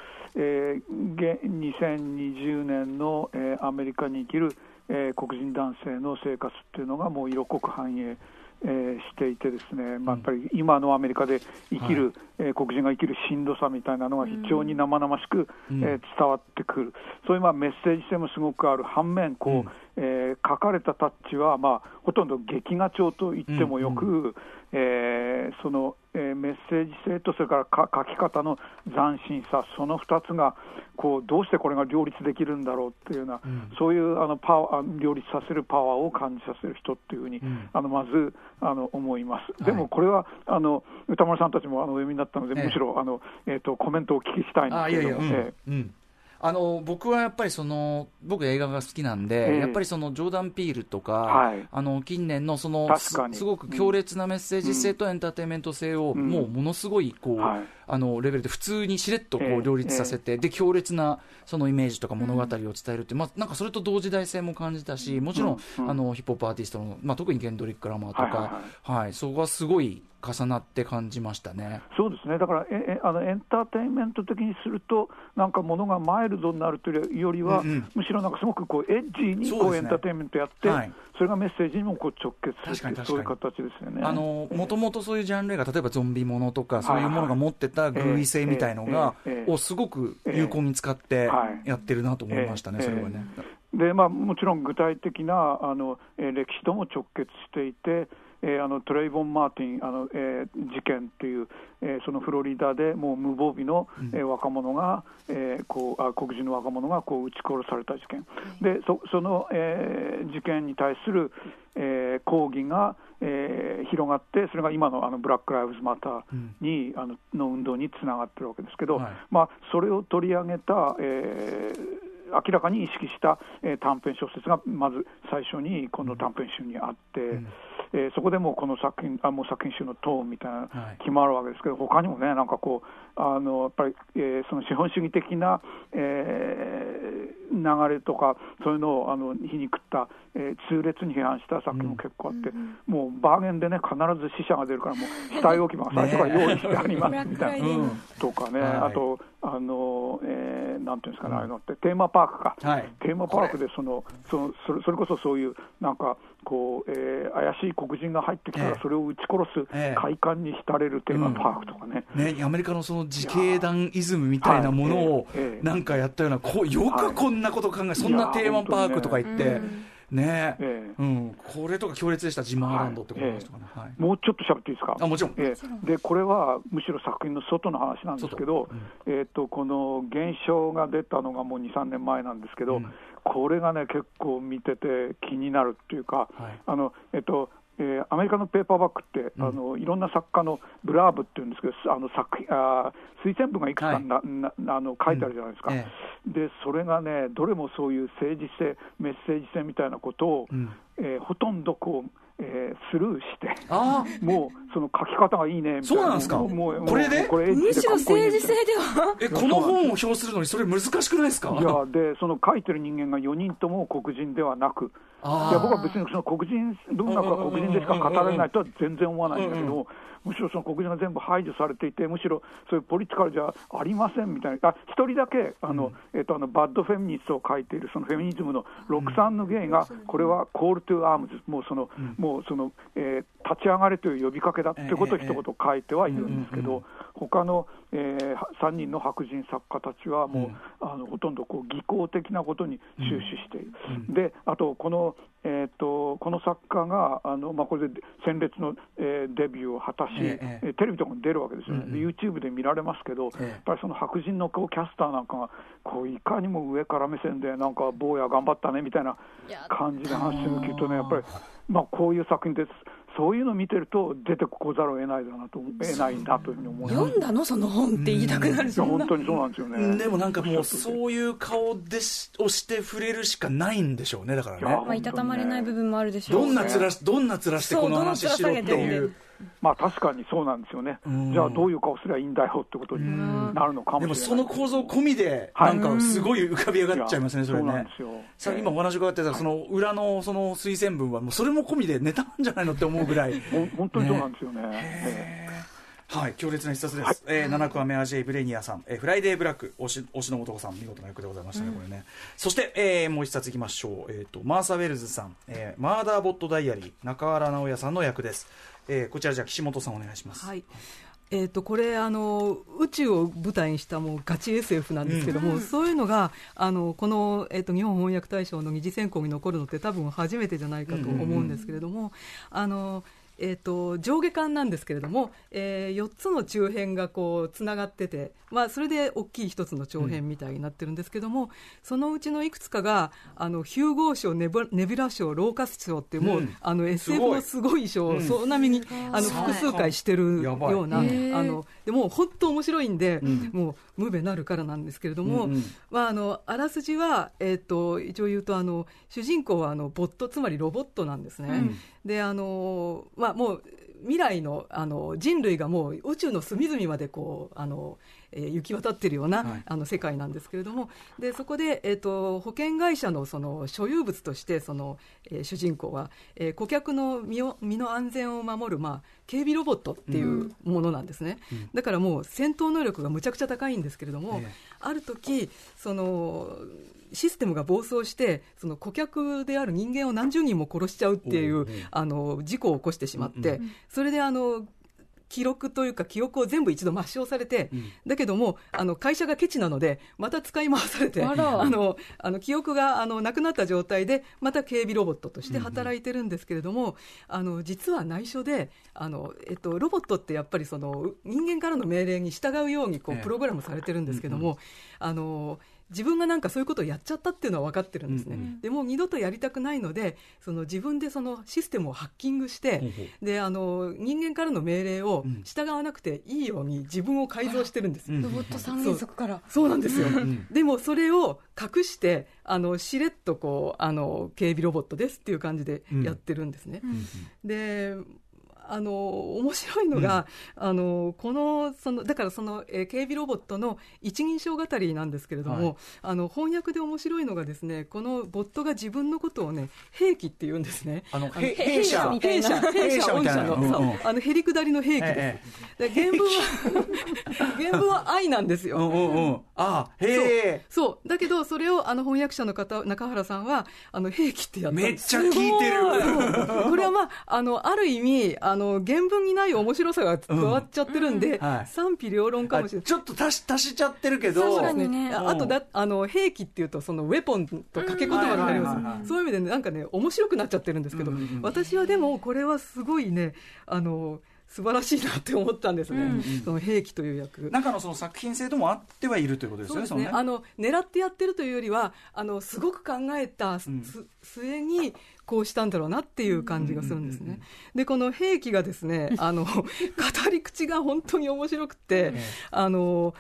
2020年の、アメリカに生きる、黒人男性の生活っていうのがもう色濃く反映していてですね、やっぱり今のアメリカで生きる、黒人が生きるしんどさみたいなのが非常に生々しく、伝わってくる、そういうメッセージ性もすごくある反面書かれたタッチは、ほとんど劇画調と言ってもよく、その、メッセージ性とそれから書き方の斬新さ、その2つがどうしてこれが両立できるんだろうっていうような、そういう両立させるパワーを感じさせる人っていうふうに、まず思います。でもこれは歌丸さんたちもお読みになったので、むしろコメントをお聞きしたいんですけども。 僕はやっぱり僕映画が好きなんで、やっぱりジョーダン・ピールとか、近年のすごく強烈なメッセージ性とエンターテインメント性をものすごいレベルで普通にしれっと両立させて、で強烈なそのイメージとか物語を伝えるって、なんかそれと同時代性も感じたし、もちろんヒップホップアーティストの、特にケンドリック・ラマーとか、そこはすごい重なって感じましたね。 そうですね。だからエンターテインメント的にすると、なんかものがマイルドになるというよりは、むしろなんかすごくエッジにエンターテインメントやって、それがメッセージにも直結するという、そういう形ですよね。 もともとそういうジャンルが例えばゾンビものとか、そういうものが持ってた偶意性みたいのが、をすごく有効に使ってやってるなと思いましたね。それはね。 で、もちろん具体的な歴史とも直結していて、トレイボン・マーティン事件っていう、そのフロリダでもう無防備の、若者が、黒人の若者が撃ち殺された事件で、その、事件に対する、抗議が、広がって、それが今のブラック・ライブズ・マターに、の運動につながってるわけですけど、それを取り上げた、明らかに意識した、短編小説がまず最初にこの短編集にあって、そこでもうこの作品集のトーンみたいな決まるわけですけど、他にもね、なんかやっぱり、その資本主義的な、 流れとかそういうのを皮肉った、痛烈に批判した作品も結構あって、もうバーゲンでね必ず死者が出るからもう死体置き場が最初から用意してありますみたいなとかね、あとなんていうんですかね、ああいうのってテーマパークか、テーマパークでそれこそそういうなんかこう、怪しい黒人が入ってきたらそれを撃ち殺す快感に浸れるテーマパークとかね、 アメリカのその自警団イズムみたいなものをなんかやったような、よくこんなこと考え、そんなテーマパークとか言ってね、これとか強烈でした。ジマーランドってことですとかね、 もうちょっと喋っていいですか。 もちろん、 でこれはむしろ作品の外の話なんですけど、この現象が出たのがもう 2,3 年前なんですけど、これがね結構見てて気になるっていうか、アメリカのペーパーバッグって、いろんな作家のブラーブっていうんですけど、推薦文がいくつか書いてあるじゃないですか、でそれがねどれもそういう政治性メッセージ性みたいなことを、ほとんどこうスルーしてもうその書き方がいいねみたいな。そうなんですか。 これでむしろ政治性ではこの本を表するのにそれ難しくないですか。 いやでその書いてる人間が4人とも黒人ではなく、いや僕は別にその黒人文学は黒人でしか語られないとは全然思わないんだけど、むしろその黒人が全部排除されていて、むしろそういうポリティカルじゃありませんみたいな。一人だけバッドフェミニストを書いているそのフェミニズムの63のゲイが、これはコールトゥアームズ、もうその立ち上がれという呼びかけだってことを一言書いてはいるんですけど、他の、3人の白人作家たちはもう、ほとんどこう技巧的なことに終始している、であとこの作家がこれで鮮烈の、デビューを果たし、テレビとかに出るわけですよね、YouTube で見られますけど、やっぱりその白人のこうキャスターなんかがこういかにも上から目線でなんか坊や頑張ったねみたいな感じで話してるとね、やっぱりこういう作品です。そういうのを見てると出てこざるを得ないんだというふうに思います。 読んだのその本って言いたくなる。 本当にそうなんですよね。 でもなんかもうそういう顔でをして触れるしかないんでしょうね。だからね、 いたたまれない部分もあるでしょう。 どんな面してこの話しろっていう。 確かにそうなんですよね。じゃあどういう顔すればいいんだよってことになるのかもしれない。でもその構造込みでなんかすごい浮かび上がっちゃいますね、それね。 そうなんですよ。 さあ今お話伺ってたその裏のその推薦文はもうそれも込みでネタなんじゃないのって思うぐらい本当にそうなんですよね。 はい、強烈な一冊です。7区はメアジェイ・ブレニアさん、フライデーブラック、推しの素子さん、見事な役でございましたね、これね。そして、もう一冊いきましょう。マーサ・ウェルズさん、マーダーボット・ダイアリー、中原直也さんの役です。こちらじゃあ岸本さんお願いします。 はい。これ宇宙を舞台にしたもうガチ SF なんですけども、そういうのがこの、日本翻訳大賞の二次選考に残るのって多分初めてじゃないかと思うんですけれども、上下巻なんですけれども、4つの中編がこうつながってて、それで大きい一つの長編みたいになってるんですけども、そのうちのいくつかがヒューゴー賞、ネビュラ賞、ローカス賞っていう、もうSF のすごい賞を総並みに複数回してるような、でもう本当面白いんで、もう無べなるからなんですけれども、あらすじは、一応言うと主人公はボット、つまりロボットなんですね。でもう未来の人類がもう宇宙の隅々までこう行き渡っているような、世界なんですけれども、でそこで、保険会社のその所有物としてその、主人公は、顧客の身の安全を守る、警備ロボットっていうものなんですね。だからもう戦闘能力がむちゃくちゃ高いんですけれども、ある時そのシステムが暴走してその顧客である人間を何十人も殺しちゃうっていう事故を起こしてしまって、それで記録というか記憶を全部一度抹消されて、だけども会社がケチなのでまた使い回されて、記憶がなくなった状態でまた警備ロボットとして働いてるんですけれども、実は内緒でロボットってやっぱりその人間からの命令に従うようにこうプログラムされてるんですけども、自分がなんかそういうことをやっちゃったっていうのは分かってるんですね。でもう二度とやりたくないので自分でそのシステムをハッキングして、で人間からの命令を従わなくていいように自分を改造してるんです。 ロボット三原則から。 そうなんですよ。でもそれを隠してしれっとこう警備ロボットですっていう感じでやってるんですね。で面白いのが、このだから警備ロボットの一人称語りなんですけれども、翻訳で面白いのがですね、このボットが自分のことをね、兵器って言うんですね。 弊社みたいな、弊社御社の、へりくだりの兵器です。で原文は愛なんですよ。そうだけどそれを翻訳者の方、中原さんは兵器ってやったんです。 めっちゃ聞いてる。 これはある意味原文にない面白さが加わっちゃってるんで、賛否両論かもしれない。 ちょっと足しちゃってるけど、 そうですね。あと兵器っていうとそのウェポンと掛け言葉になります。そういう意味でなんかね面白くなっちゃってるんですけど、私はでもこれはすごいね素晴らしいなって思ったんですね、その兵器という役。 中のその作品性ともあってはいるということですよね。 そうですね。狙ってやってるというよりはすごく考えた末にこうしたんだろうなっていう感じがするんですね。でこの兵器がですね語り口が本当に面白くて淡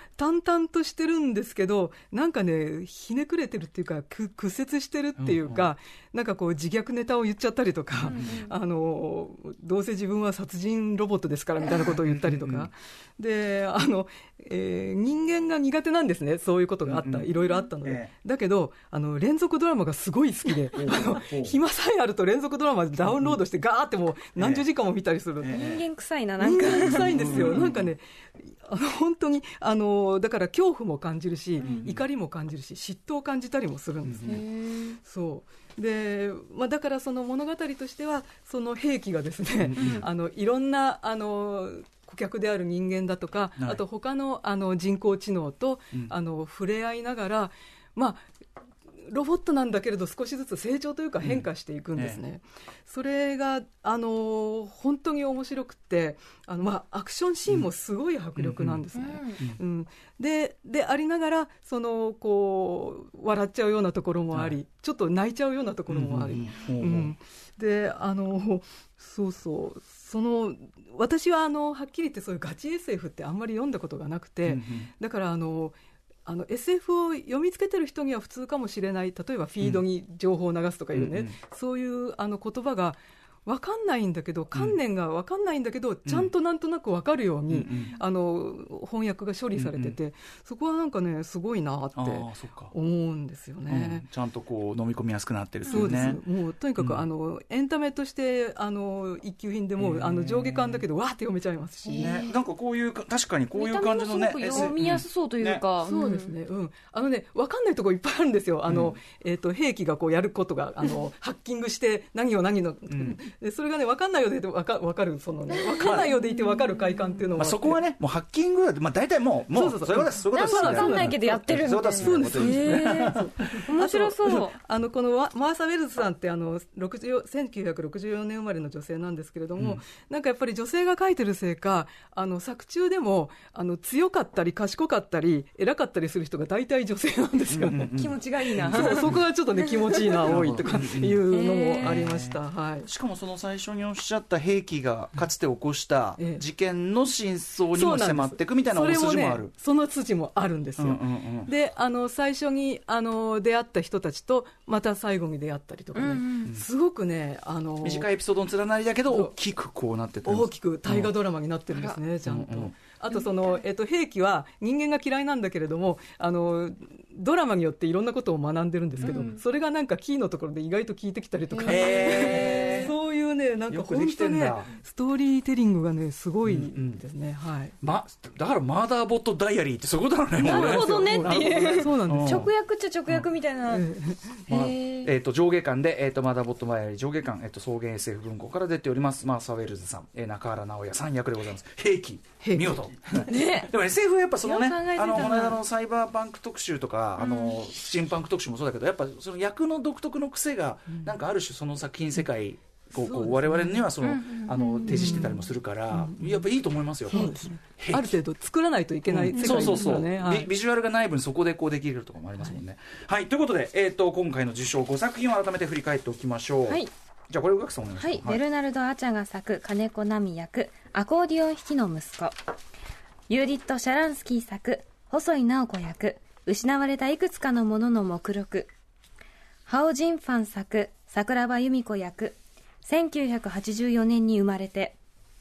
々としてるんですけど、なんかねひねくれてるっていうか屈折してるっていうか、なんかこう自虐ネタを言っちゃったりとか、どうせ自分は殺人ロボットですからみたいなことを言ったりとかで人間が苦手なんですね。そういうことがいろいろあったので、だけど連続ドラマがすごい好きで暇さえあると連続ドラマダウンロードしてガーってもう何十時間も見たりする。 人間臭いな、なんか人間臭いんですよ。なんかね本当にだから恐怖も感じるし、怒りも感じるし、嫉妬を感じたりもするんですね。そうで、だからその物語としてはその兵器がですね、いろんな顧客である人間だとか、あと他の人工知能と触れ合いながら、ロボットなんだけれど少しずつ成長というか変化していくんですね。それが本当に面白くてアクションシーンもすごい迫力なんですね。でありながらこう笑っちゃうようなところもあり、ちょっと泣いちゃうようなところもあり、で私ははっきり言ってそういうガチ SF ってあんまり読んだことがなくて、だからSF を読みつけてる人には普通かもしれない、例えばフィードに情報を流すとかいうね、そういう言葉が分かんないんだけど、観念が分かんないんだけど、ちゃんとなんとなく分かるように、翻訳が処理されてて、そこはなんかねすごいなって思うんですよね。 ちゃんとこう飲み込みやすくなってるっていうね。 そうです。もうとにかくエンタメとして一級品でも上下巻だけどわーって読めちゃいますし、 なんかこういう確かにこういう感じのね、 読みやすそうというか、 そうですね。分かんないところいっぱいあるんですよ。兵器がこうやることがハッキングして何をでそれがね分かんないようでいて分かるそのね分かんないようでいて分かる快感っていうのもそこはねもうハッキング大体もうそういうことです。 なんか分かんないけどやってるみたいな。 そうです。 面白そう。 このマーサ・ウェルズさんって1964年生まれの女性なんですけれども、なんかやっぱり女性が書いてるせいか作中でも強かったり賢かったり偉かったりする人が大体女性なんですよね。 気持ちがいいな。 そこはちょっとね気持ちいいな多いとかいうのもありました。 しかもその最初におっしゃった兵器がかつて起こした事件の真相にも迫っていくみたいな大筋もある。 その筋もあるんですよ。で最初に出会った人たちとまた最後に出会ったりとかね、すごくね短いエピソードの連なりだけど大きくこうなってたんです。 大きく大河ドラマになってるんですね、ちゃんと。あと兵器は人間が嫌いなんだけれどもドラマによっていろんなことを学んでるんですけど、それがなんかキーのところで意外と効いてきたりとか、そういうねなんか本当ねストーリーテリングがねすごいですね。 だからマーダーボットダイアリーってそういうことだね。 なるほどねっていう。 そうなんです。 直訳っちゃ直訳みたいな。 上下巻でマーダーボットダイアリー上下巻草原 SF 文庫から出ております。マーサ・ウェルズさん、中原直也さん役でございます。兵器見事。でも SF はやっぱそのねこの間のサイバーパンク特集とかスチームパンク特集もそうだけど、やっぱその役の独特の癖がなんかある種その作品世界こう我々には提示してたりもするから、やっぱいいと思いますよ。 ある程度作らないといけない世界ですからね。 ビジュアルがない分そこでこうできるとかもありますもんね。はい、ということで今回の受賞5作品を改めて振り返っておきましょう。じゃあこれ宇垣さんお願いします。 ベルナルド・アチャが作金子奈美役アコーディオン弾きの息子、ユーディット・シャランスキー作細井直子役失われたいくつかのものの目録、ハオ・ジンファン作桜庭由美子役1984年に生まれて、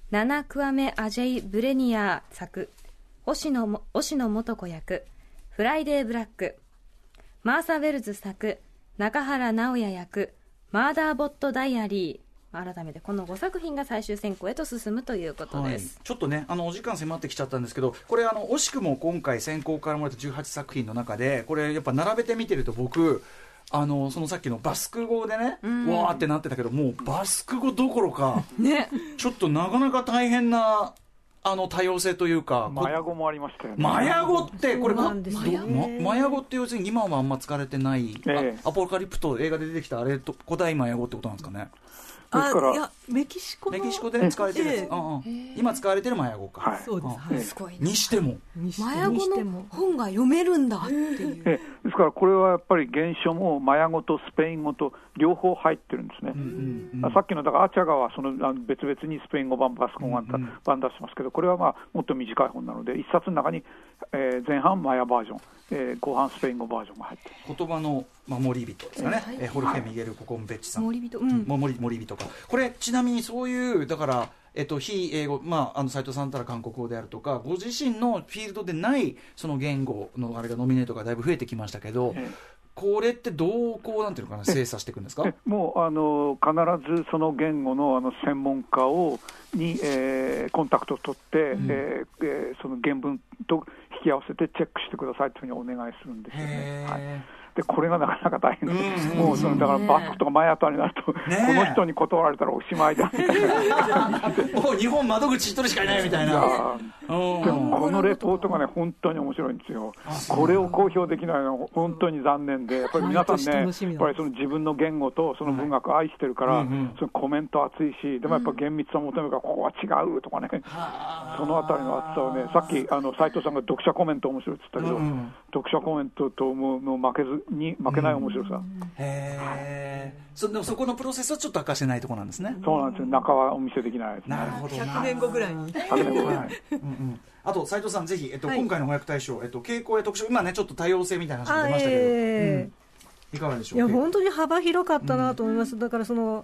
ナナ・クアメ・アジェイ・ブレニアー作、押野素子役、フライデー・ブラック、マーサ・ウェルズ作、中原直也役、マーダーボット・ダイアリー。改めてこの5作品が最終選考へと進むということです、 はい、ちょっとねお時間迫ってきちゃったんですけど、これ惜しくも今回選考からもらった18作品の中でこれやっぱ並べてみてると僕そのさっきのバスク語でね、わーってなってたけど、もうバスク語どころか、ね、ちょっとなかなか大変な多様性というか、 マヤ語もありましたよね。 マヤ語ってこれマヤ語って要するに今はあんま使われてない、アポカリプト映画で出てきたあれと古代マヤ語ってことなんですかね。 ですからいやメキシコで使われてるやつ、今使われてるマヤ語か、 はい、そうです、はい、 すごいね。 にしてもマヤ語の本が読めるんだっていうですからこれはやっぱり原書もマヤ語とスペイン語と両方入ってるんですね、さっきのだからアチャガは別々にスペイン語版バスク語版出してますけど、これはもっと短い本なので一冊の中に、前半マヤバージョン、後半スペイン語バージョンが入ってる。 言葉の守り人ですかね、ホルヘ・ミゲル・ココンベッチさん、 守り人、 守り人か。これちなみにそういうだから非英語、斉藤さんたら韓国語であるとか、ご自身のフィールドでないその言語のあれがノミネートがだいぶ増えてきましたけど、これってどうこうなんていうのかな、精査していくんですか。 もう必ずその言語の専門家にコンタクトを取って、その原文と引き合わせてチェックしてくださいというふうにお願いするんですよね。はい、でこれがなかなか大変です、もうだからバスクとかマヤタになると、この人に断られたらおしまいだみたいなもう日本窓口一人しかいないみたいな。 でもこのレポートがね本当に面白いんですよ。これを公表できないのは本当に残念で、やっぱり皆さんね、やっぱりその自分の言語とその文学を愛してるから、そのコメント熱いし、でもやっぱ厳密さを求めるからここは違うとかね、そのあたりの熱さをね、さっき斉藤さんが読者コメント面白いって言ったけど、読者コメントとも負けない面白さ。 でもそこのプロセスはちょっと明かしてないところなんですね。 そうなんですよ、中はお見せできないです、ね、 なるほどな。 100年後ぐらいに 100年後ぐらいあと斉藤さんぜひ、今回の翻訳大賞、傾向や特徴、今ねちょっと多様性みたいな話が出ましたけど、いかがでしょう。 いや本当に幅広かったなと思います、だから絞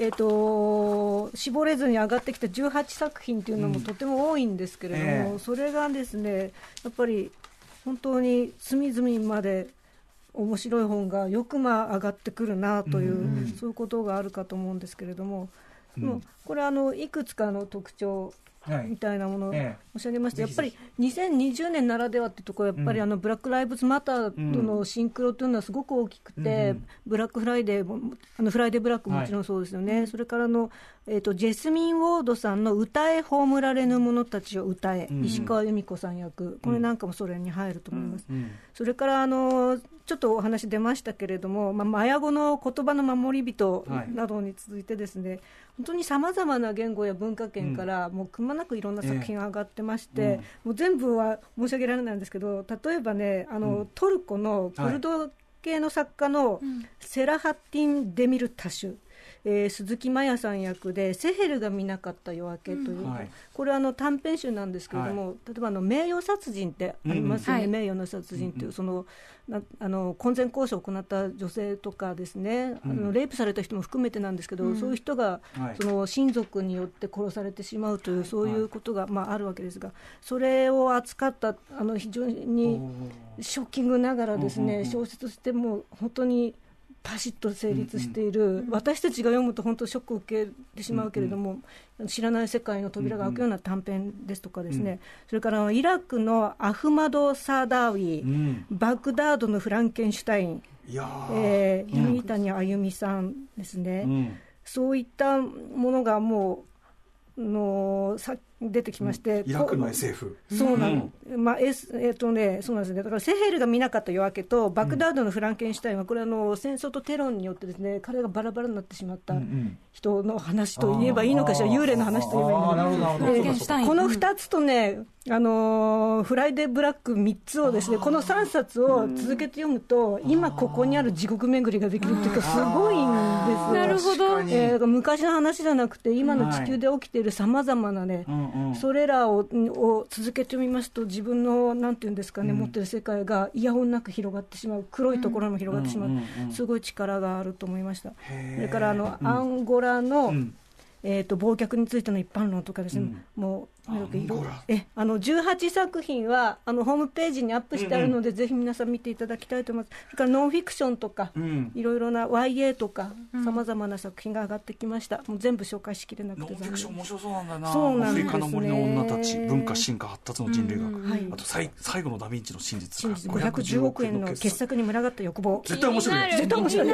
れずに上がってきた18作品というのもとても多いんですけれども、それがですねやっぱり本当に隅々まで面白い本がよく上がってくるなという、そういうことがあるかと思うんですけれども、もうこれいくつかの特徴みたいなものを申し上げまして、やっぱり2020年ならではってところ、やっぱりブラック・ライブズ・マターとのシンクロというのはすごく大きくて、ブラック・フライデーもフライデー・ブラックももちろんそうですよね、それからジェスミン・ウォードさんの歌え葬られぬ者たちを歌え、石川由美子さん役、これなんかもそれに入ると思います、それからちょっとお話出ましたけれども、マヤ語の言葉の守り人などに続いてですね、本当にさまざまな言語や文化圏からもうくまなくいろんな作品が上がってまして、もう全部は申し上げられないんですけど、例えばねトルコのクルド系の作家のセラハッティン・デミルタシュ、鈴木麻也さん役でセヘルが見なかった夜明けという、これは短編集なんですけれども、例えば名誉殺人ってありますよね、名誉の殺人という、その婚前交渉を行った女性とかですね、レイプされた人も含めてなんですけど、そういう人がその親族によって殺されてしまうという、そういうことがあるわけですが、それを扱った非常にショッキングながらですね、小説としても本当にパシッと成立している、私たちが読むと本当ショックを受けてしまうけれども、知らない世界の扉が開くような短編ですとかですね、それからイラクのアフマド・サーダーウィ、バグダードのフランケンシュタイン、弓谷あゆみさんですね、そういったものがもう出てきまして、 イラクの SF、 そうなんそうなんですね。だからセヘルが見なかった夜明けとバグダードのフランケンシュタインは、これ戦争とテロによってですね、彼がバラバラになってしまった人の話と言えばいいのかしら、幽霊の話と言えばいいのか、この2つとね、フライデーブラック3つをですね、この3冊を続けて読むと、今ここにある地獄巡りができるっていうか、すごいんですよ。 なるほど、 昔の話じゃなくて、今の地球で起きているさまざまなね、それらを続けてみますと、自分のなんていうんですかね、持っている世界がイヤホンなく広がってしまう、黒いところにも広がってしまう、すごい力があると思いました。それからアンゴラの、 忘却についての一般論とかですね、もう18作品はホームページにアップしてあるので、ぜひ皆さん見ていただきたいと思います。それからノンフィクションとか、いろいろな YA とかさまざまな作品が上がってきました。もう全部紹介しきれなくてノンフィクション面白そうなんだよな。 そうなんですね。 アフリカの森の女たち、文化進化発達の人類学、あと最後のダヴィンチの真実 510億円の傑作に群がった欲望、 絶対面白い、 絶対面白い、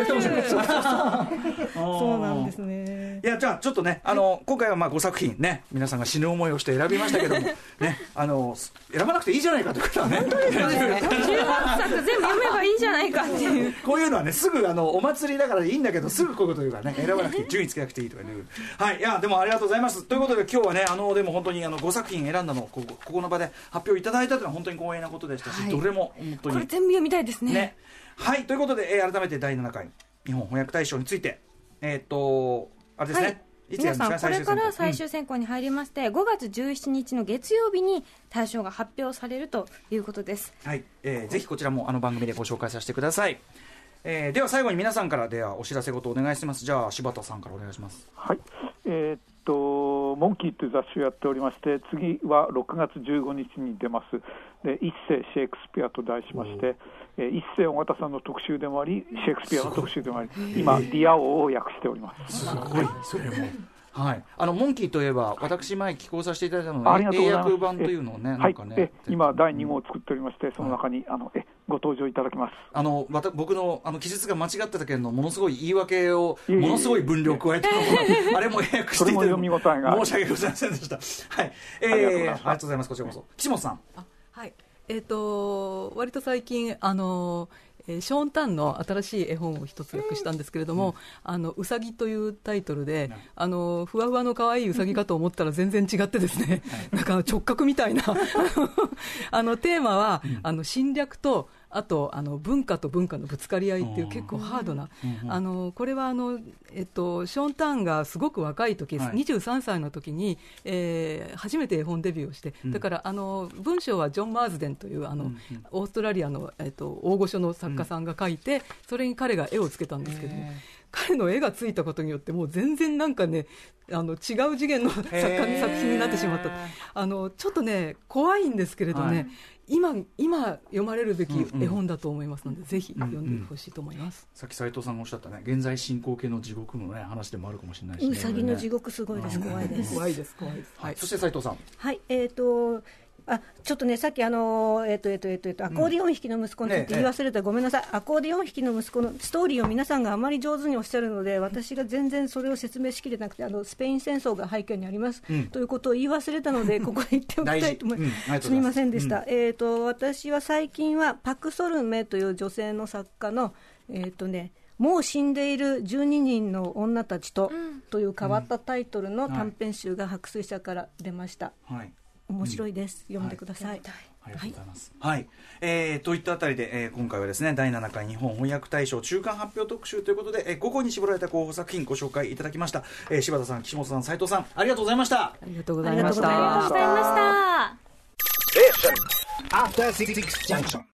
そうなんですね。 いや、じゃあちょっとね、今回は5作品ね、皆さんが死ぬ思いをして選びましたけどもね、選ばなくていいじゃないかということはね、 本当ですよね。18作全部読めばいいじゃないかっていうこういうのはね、すぐお祭りだからいいんだけど、すぐこういうこと言うからね、選ばなくて順位つけなくていいとかね。はい、いやでもありがとうございます。ということで今日はね、でも本当に5作品選んだのをここの場で発表いただいたというのは本当に光栄なことでしたし、どれも本当にこれ全部読みたいですね。 はい、ということで、改めて第7回日本翻訳大賞についてあれですね、 皆さんこれから最終選考に入りまして、5月17日の月曜日に大賞が発表されるということです。 はい、ぜひこちらも番組でご紹介させてください。では最後に皆さんからではお知らせ事お願いします。じゃあ柴田さんからお願いします。 はい、モンキーという雑誌をやっておりまして、次は6月15日に出ます。で、一世シェイクスピアと題しまして、一世尾形さんの特集でもあり、シェイクスピアの特集でもあり、今ディア王を訳しております。 すごい、それもはい、モンキーといえば私前寄稿させていただいたので、英訳版というのをね、なんかね、 今第2号を作っておりまして、その中にご登場いただきます。 僕の記述が間違ってたけど、ものすごい言い訳をものすごい分量を加えたのがあれも英訳していただいて申し訳ございませんでした。はい、ありがとうございます。こちらこそ岸本さん。 はい、割と最近ショーン・タンの新しい絵本を一つ訳したんですけれども、うさぎというタイトルで、ふわふわの可愛いうさぎかと思ったら全然違ってですね、なんか直角みたいなテーマは侵略と、あと文化と文化のぶつかり合いっていう結構ハードな、これはショーン・タンがすごく若い時、23歳の時に、初めて絵本デビューをして、だから文章はジョン・マーズデンというオーストラリアの、大御所の作家さんが書いて、それに彼が絵をつけたんですけども、彼の絵がついたことによってもう全然なんかね、違う次元の作品になってしまった。ちょっとね怖いんですけれどね、今読まれるべき絵本だと思いますので、ぜひ読んでほしいと思います。 さっき斉藤さんがおっしゃったね、現在進行形の地獄の、ね、話でもあるかもしれないし、ね、 うさぎの地獄すごいです。怖いです。 怖いです。 はい、そして斉藤さん。 はい、ちょっとね、さっきアコーディオン弾きの息子について言い忘れた、ごめんなさい。アコーディオン弾きの息子のストーリーを皆さんがあまり上手におっしゃるので、私が全然それを説明しきれなくて、スペイン戦争が背景にあります、ということを言い忘れたので、ここで言っておきたいと思います。すみませんでした。私は最近はパク・ソルメという女性の作家のもう死んでいる12人の女たちと、という変わったタイトルの短編集が白水社から出ました。面白いです。読んでください。 ありがとうございます。はい、といったあたりで、今回はですね、第7回日本翻訳大賞中間発表特集ということで、午後に絞られた候補作品ご紹介いただきました。柴田さん、岸本さん、斉藤さん、ありがとうございました。 ありがとうございました。 ありがとうございました。